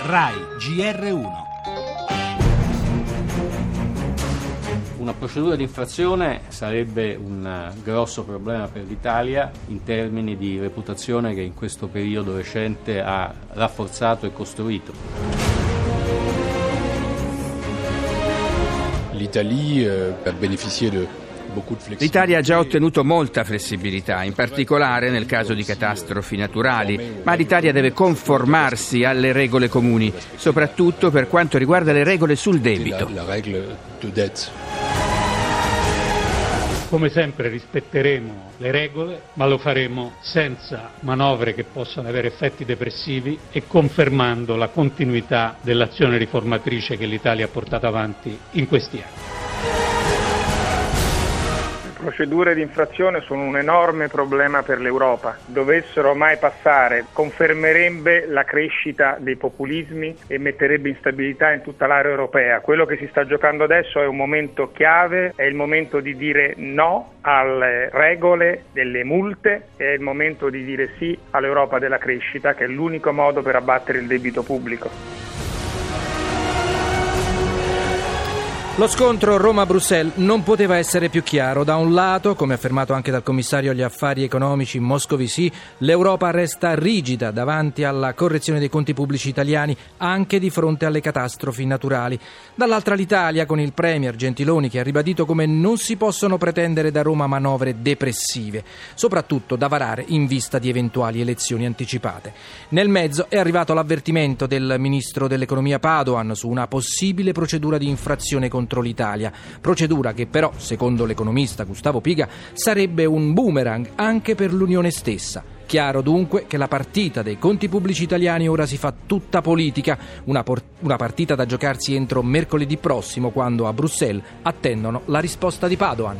RAI GR1. Una procedura di infrazione sarebbe un grosso problema per l'Italia in termini di reputazione che in questo periodo recente ha rafforzato e costruito. L'Italia ha già ottenuto molta flessibilità, in particolare nel caso di catastrofi naturali, ma l'Italia deve conformarsi alle regole comuni, soprattutto per quanto riguarda le regole sul debito. Come sempre rispetteremo le regole, ma lo faremo senza manovre che possano avere effetti depressivi e confermando la continuità dell'azione riformatrice che l'Italia ha portato avanti in questi anni. Le procedure di infrazione sono un enorme problema per l'Europa. Dovessero mai passare, confermerebbe la crescita dei populismi e metterebbe instabilità in tutta l'area europea. Quello che si sta giocando adesso è un momento chiave, è il momento di dire no alle regole delle multe, è il momento di dire sì all'Europa della crescita, che è l'unico modo per abbattere il debito pubblico. Lo scontro Roma-Bruxelles non poteva essere più chiaro. Da un lato, come affermato anche dal commissario agli affari economici Moscovici, l'Europa resta rigida davanti alla correzione dei conti pubblici italiani, anche di fronte alle catastrofi naturali. Dall'altra l'Italia, con il premier Gentiloni che ha ribadito come non si possono pretendere da Roma manovre depressive, soprattutto da varare in vista di eventuali elezioni anticipate. Nel mezzo è arrivato l'avvertimento del ministro dell'economia Padoan su una possibile procedura di infrazione contro l'Italia, procedura che però, secondo l'economista Gustavo Piga, sarebbe un boomerang anche per l'Unione stessa. Chiaro dunque che la partita dei conti pubblici italiani ora si fa tutta politica, una partita da giocarsi entro mercoledì prossimo, quando a Bruxelles attendono la risposta di Padoan.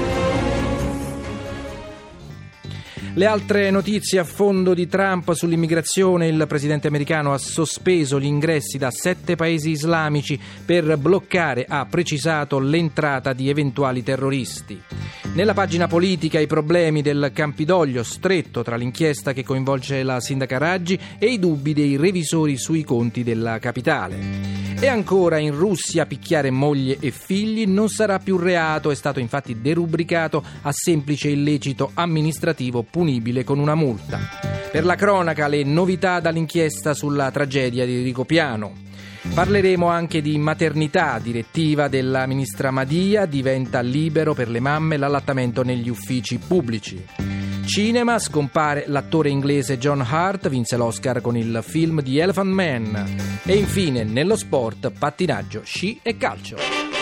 Le altre notizie a fondo di Trump sull'immigrazione: il presidente americano ha sospeso gli ingressi da 7 paesi islamici per bloccare, ha precisato, l'entrata di eventuali terroristi. Nella pagina politica i problemi del Campidoglio stretto tra l'inchiesta che coinvolge la sindaca Raggi e i dubbi dei revisori sui conti della capitale. E ancora, in Russia picchiare moglie e figli non sarà più reato, è stato infatti derubricato a semplice illecito amministrativo punibile con una multa. Per la cronaca, le novità dall'inchiesta sulla tragedia di Rigopiano. Parleremo anche di maternità, direttiva della ministra Madia, diventa libero per le mamme l'allattamento negli uffici pubblici. Cinema, scompare l'attore inglese John Hurt, vinse l'Oscar con il film The Elephant Man. E infine, nello sport, pattinaggio, sci e calcio.